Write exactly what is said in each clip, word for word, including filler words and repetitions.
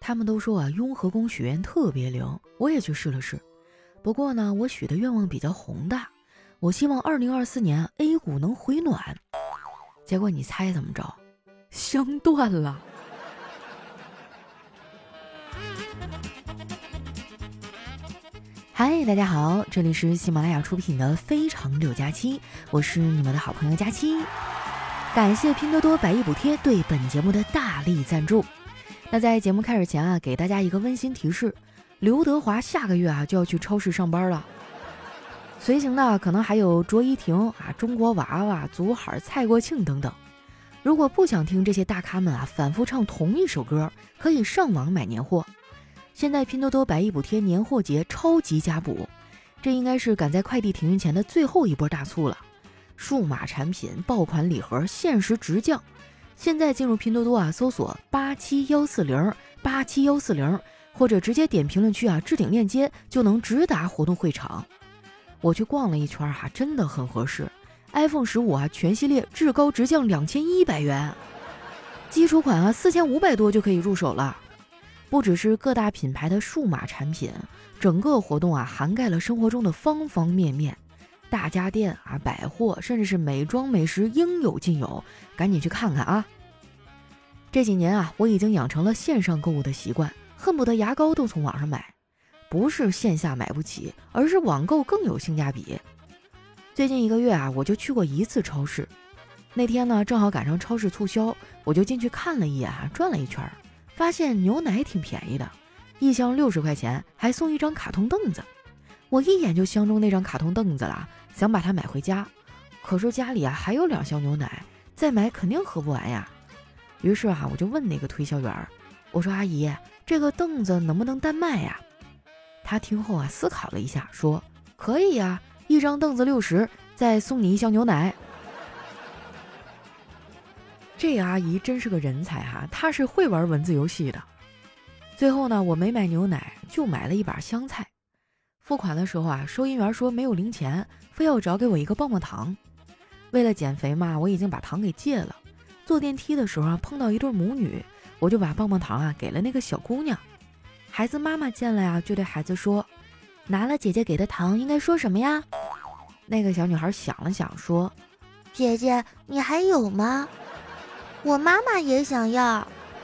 他们都说啊，雍和宫许愿特别灵，我也去试了试。不过呢，我许的愿望比较宏大，我希望二零二四年 A 股能回暖。结果你猜怎么着？镶断了。嗨，大家好，这里是喜马拉雅出品的非常六加七，我是你们的好朋友佳期。感谢拼多多百亿补贴对本节目的大力赞助。那在节目开始前啊，给大家一个温馨提示，刘德华下个月啊就要去超市上班了。随行的可能还有卓依婷啊、中国娃娃、祖海、蔡国庆等等。如果不想听这些大咖们啊反复唱同一首歌，可以上网买年货。现在拼多多百亿补贴年货节超级加补，这应该是赶在快递停运前的最后一波大促了。数码产品爆款礼盒限时直降，现在进入拼多多啊，搜索八七一四零八七一四零，或者直接点评论区啊置顶链接，就能直达活动会场。我去逛了一圈啊，真的很合适。iPhone 十五啊全系列至高直降两千一百元，基础款啊四千五百多就可以入手了。不只是各大品牌的数码产品，整个活动啊涵盖了生活中的方方面面，大家电啊、百货，甚至是美妆美食应有尽有，赶紧去看看啊！这几年啊，我已经养成了线上购物的习惯，恨不得牙膏都从网上买，不是线下买不起，而是网购更有性价比。最近一个月啊，我就去过一次超市，那天呢正好赶上超市促销，我就进去看了一眼啊，转了一圈。发现牛奶挺便宜的，一箱六十块钱，还送一张卡通凳子。我一眼就相中那张卡通凳子了，想把它买回家。可是家里啊还有两箱牛奶，再买肯定喝不完呀。于是啊，我就问那个推销员，我说：“阿姨，这个凳子能不能单卖呀？”他听后啊思考了一下，说：“可以呀，一张凳子六十，再送你一箱牛奶。”这阿姨真是个人才哈，她是会玩文字游戏的。最后呢，我没买牛奶，就买了一把香菜。付款的时候啊，收银员说没有零钱，非要找给我一个棒棒糖。为了减肥嘛，我已经把糖给戒了。坐电梯的时候啊，碰到一对母女，我就把棒棒糖啊给了那个小姑娘。孩子妈妈见了呀，就对孩子说：“拿了姐姐给的糖，应该说什么呀？”那个小女孩想了想说：“ 姐姐，你还有吗？我妈妈也想要。”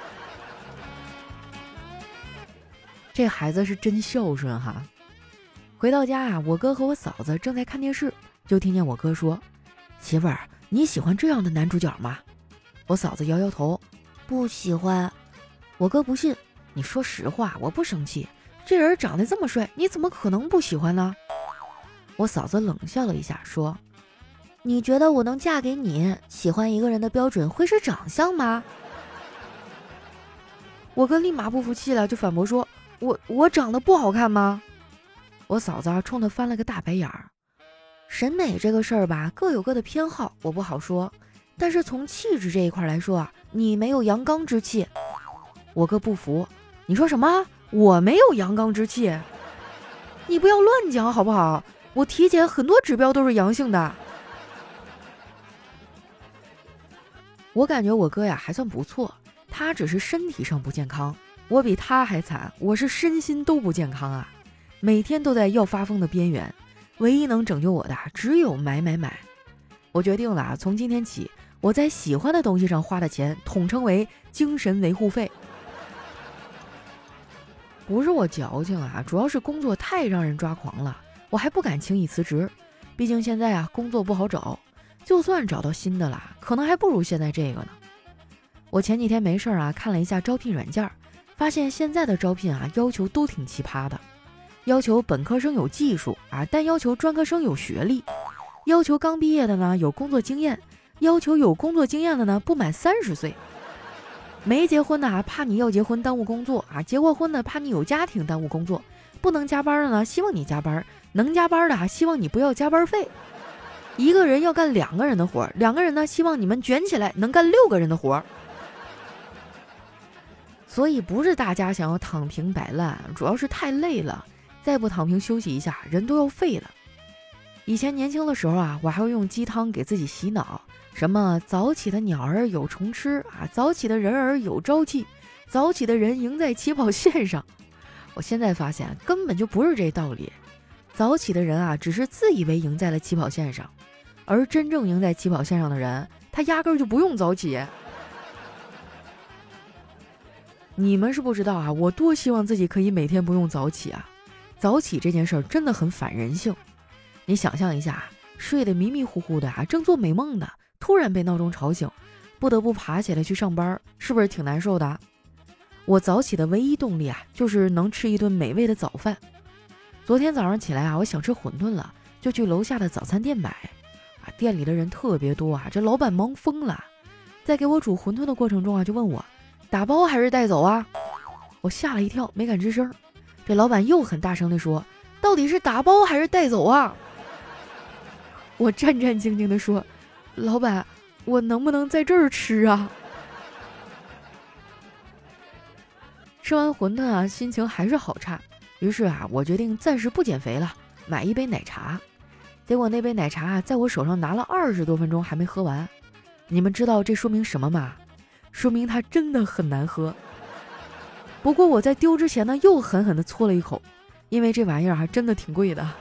这孩子是真孝顺哈。回到家啊，我哥和我嫂子正在看电视，就听见我哥说：“媳妇儿，你喜欢这样的男主角吗？”我嫂子摇摇头，不喜欢。我哥不信，你说实话，我不生气，这人长得这么帅，你怎么可能不喜欢呢？我嫂子冷笑了一下说：“你觉得我能嫁给你，喜欢一个人的标准会是长相吗？”我哥立马不服气了，就反驳说：“我我长得不好看吗？”我嫂子啊冲他翻了个大白眼儿。审美这个事儿吧，各有各的偏好，我不好说。但是从气质这一块来说啊，你没有阳刚之气。我哥不服，你说什么？我没有阳刚之气？你不要乱讲好不好？我体检很多指标都是阳性的。我感觉我哥呀还算不错，他只是身体上不健康，我比他还惨，我是身心都不健康啊，每天都在要发疯的边缘，唯一能拯救我的只有买买买。我决定了，从今天起，我在喜欢的东西上花的钱统称为精神维护费。不是我矫情啊，主要是工作太让人抓狂了，我还不敢轻易辞职，毕竟现在啊工作不好找，就算找到新的啦，可能还不如现在这个呢。我前几天没事啊，看了一下招聘软件，发现现在的招聘啊要求都挺奇葩的，要求本科生有技术啊，但要求专科生有学历，要求刚毕业的呢有工作经验，要求有工作经验的呢不满三十岁。没结婚的啊，怕你要结婚耽误工作啊；结过婚的怕你有家庭耽误工作；不能加班的呢，希望你加班；能加班的啊，希望你不要加班费。一个人要干两个人的活，两个人呢希望你们卷起来能干六个人的活。所以不是大家想要躺平摆烂，主要是太累了，再不躺平休息一下，人都要废了。以前年轻的时候啊，我还会用鸡汤给自己洗脑，什么早起的鸟儿有虫吃啊，早起的人儿有朝气， 早起的人赢在起跑线上。我现在发现根本就不是这道理，早起的人啊，只是自以为赢在了起跑线上，而真正赢在起跑线上的人，他压根儿就不用早起。你们是不知道啊，我多希望自己可以每天不用早起啊！早起这件事儿真的很反人性。你想象一下，睡得迷迷糊糊的啊，正做美梦呢，突然被闹钟吵醒，不得不爬起来去上班，是不是挺难受的？我早起的唯一动力啊，就是能吃一顿美味的早饭。昨天早上起来啊，我想吃馄饨了，就去楼下的早餐店买。啊，店里的人特别多啊，这老板忙疯了。在给我煮馄饨的过程中啊，就问我打包还是带走啊？我吓了一跳，没敢吱声。这老板又很大声地说：“到底是打包还是带走啊？”我战战兢兢地说：“老板，我能不能在这儿吃啊？”吃完馄饨啊，心情还是好差。于是啊，我决定暂时不减肥了，买一杯奶茶。结果那杯奶茶啊，在我手上拿了二十多分钟还没喝完。你们知道这说明什么吗？说明它真的很难喝。不过我在丢之前呢，又狠狠地搓了一口，因为这玩意儿还真的挺贵的。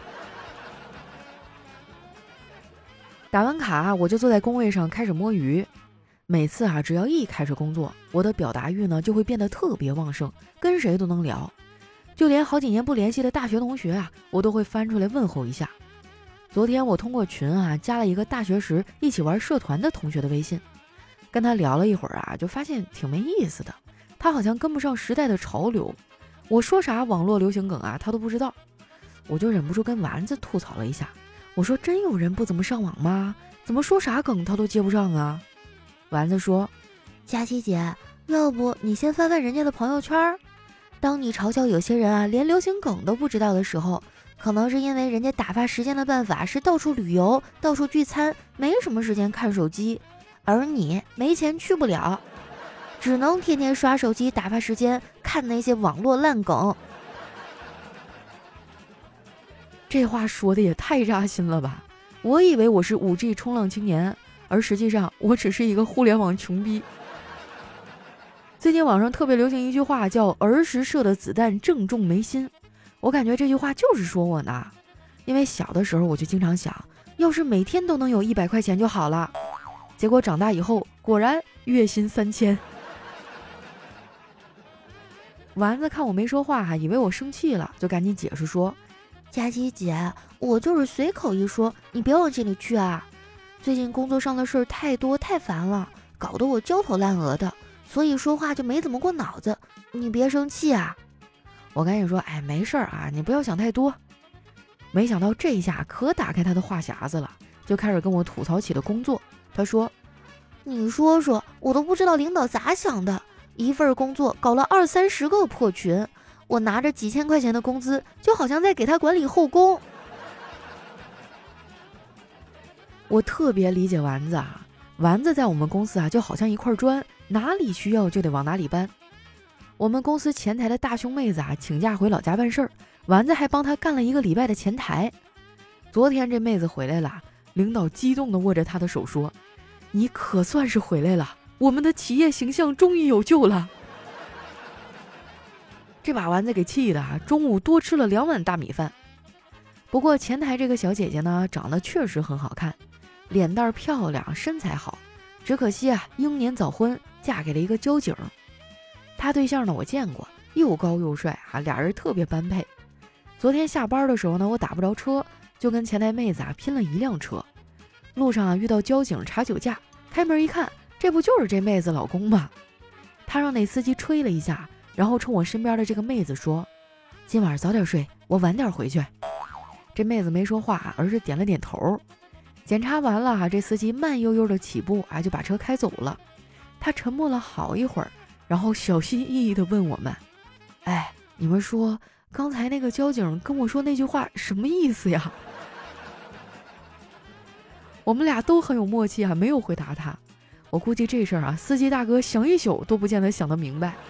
打完卡，我就坐在工位上开始摸鱼。每次啊，只要一开始工作，我的表达欲呢就会变得特别旺盛，跟谁都能聊。就连好几年不联系的大学同学啊，我都会翻出来问候一下。昨天我通过群啊，加了一个大学时一起玩社团的同学的微信，跟他聊了一会儿啊，就发现挺没意思的。他好像跟不上时代的潮流，我说啥网络流行梗啊，他都不知道。我就忍不住跟丸子吐槽了一下，我说真有人不怎么上网吗？怎么说啥梗他都接不上啊？丸子说：“ 佳琪姐，要不你先翻翻人家的朋友圈。当你嘲笑有些人啊连流行梗都不知道的时候，可能是因为人家打发时间的办法是到处旅游、到处聚餐，没什么时间看手机，而你没钱去不了，只能天天刷手机打发时间，看那些网络烂梗。” 这话说的也太扎心了吧！我以为我是 五 G 冲浪青年，而实际上我只是一个互联网穷逼。最近网上特别流行一句话，叫儿时射的子弹正中眉心。我感觉这句话就是说我呢，因为小的时候我就经常想，要是每天都能有一百块钱就好了。结果长大以后，果然月薪三千。丸子看我没说话，还以为我生气了，就赶紧解释说：“ 佳琪姐，我就是随口一说，你别往心里去啊。最近工作上的事儿太多太烦了，搞得我焦头烂额的，所以说话就没怎么过脑子，你别生气啊。” 我赶紧说：“哎，没事儿啊，你不要想太多。”没想到这一下可打开他的话匣子了，就开始跟我吐槽起了工作。他说：“ 你说说，我都不知道领导咋想的，一份工作搞了二三十个破群，我拿着几千块钱的工资，就好像在给他管理后宫。” 我特别理解丸子啊，丸子在我们公司啊就好像一块砖，哪里需要就得往哪里搬。我们公司前台的大胸妹子啊请假回老家办事儿，丸子还帮她干了一个礼拜的前台。昨天这妹子回来了，领导激动地握着她的手说：“你可算是回来了，我们的企业形象终于有救了。”这把丸子给气的啊，中午多吃了两碗大米饭。不过前台这个小姐姐呢，长得确实很好看，脸蛋漂亮，身材好，只可惜啊，英年早婚，嫁给了一个交警。她对象呢，我见过，又高又帅啊，俩人特别般配。昨天下班的时候呢，我打不着车，就跟前台妹子啊拼了一辆车。路上啊遇到交警查酒驾，开门一看，这不就是这妹子老公吗？他让那司机吹了一下，然后冲我身边的这个妹子说：“今晚早点睡，我晚点回去。”这妹子没说话，而是点了点头。检查完了啊，这司机慢悠悠的起步啊，就把车开走了。他沉默了好一会儿，然后小心翼翼地问我们：“哎，你们说刚才那个交警跟我说那句话什么意思呀？”我们俩都很有默契啊，没有回答他。我估计这事儿啊，司机大哥想一宿都不见得想得明白。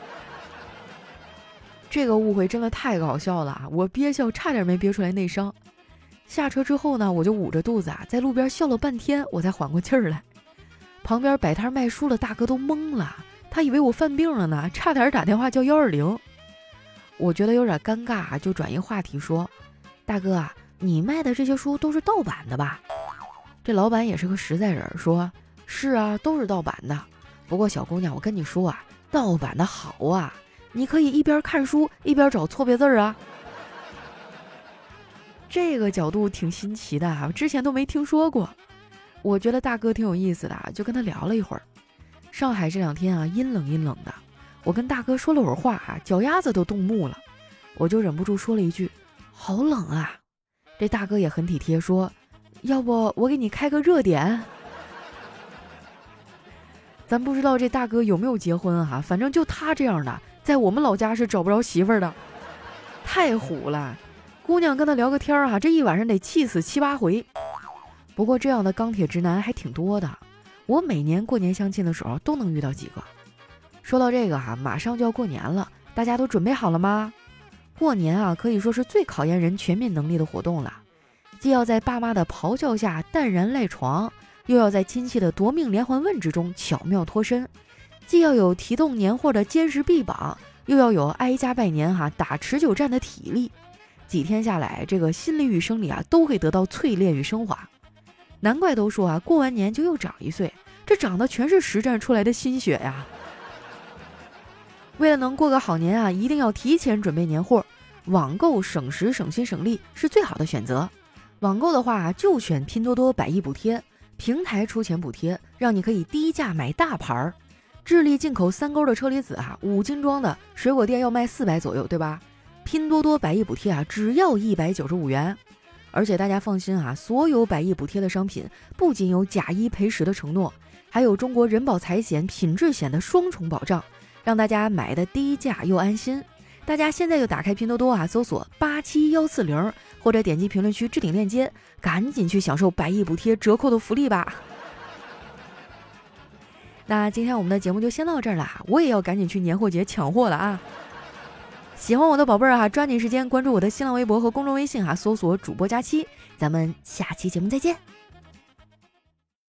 这个误会真的太搞笑了啊！我憋笑差点没憋出来内伤。下车之后呢，我就捂着肚子啊，在路边笑了半天，我才缓过气儿来。旁边摆摊卖书的大哥都懵了， 他以为我犯病了呢，差点打电话叫一二零。我觉得有点尴尬，就转移话题说：大哥啊，你卖的这些书都是盗版的吧？这老板也是个实在人，说是啊，都是盗版的。不过小姑娘，我跟你说啊，盗版的好啊，你可以一边看书一边找错别字啊。这个角度挺新奇的啊，之前都没听说过。我觉得大哥挺有意思的，就跟他聊了一会儿。上海这两天啊，阴冷阴冷的，我跟大哥说了会儿话啊，脚丫子都冻木了。我就忍不住说了一句：好冷啊。这大哥也很体贴，说要不我给你开个热点。咱不知道这大哥有没有结婚啊，反正就他这样的，在我们老家是找不着媳妇儿的，太虎了。姑娘跟他聊个天啊，这一晚上得气死七八回。不过这样的钢铁直男还挺多的，我每年过年相亲的时候都能遇到几个。说到这个哈、啊，马上就要过年了，大家都准备好了吗？过年啊，可以说是最考验人全面能力的活动了，既要在爸妈的咆哮下淡然赖床，又要在亲戚的夺命连环问之中巧妙脱身，既要有提动年货的坚实臂膀，又要有挨家拜年哈、啊、打持久战的体力。几天下来，这个心理与生理啊都会得到淬炼与升华。难怪都说啊，过完年就又长一岁，这长的全是实战出来的心血呀。为了能过个好年啊，一定要提前准备年货，网购省时省心省力是最好的选择。网购的话就选拼多多百亿补贴，平台出钱补贴，让你可以低价买大牌儿。智利进口三沟的车厘子啊，五斤装的，水果店要卖四百左右，对吧？拼多多百亿补贴啊，只要一百九十五元。而且大家放心啊，所有百亿补贴的商品不仅有假一赔十的承诺，还有中国人保财险品质险的双重保障，让大家买的低价又安心。大家现在就打开拼多多啊，搜索八七一四零，或者点击评论区置顶链接，赶紧去享受百亿补贴折扣的福利吧。那今天我们的节目就先到这儿了，我也要赶紧去年货节抢货了啊！喜欢我的宝贝儿哈，抓紧时间关注我的新浪微博和公众微信哈，搜索主播佳期，咱们下期节目再见。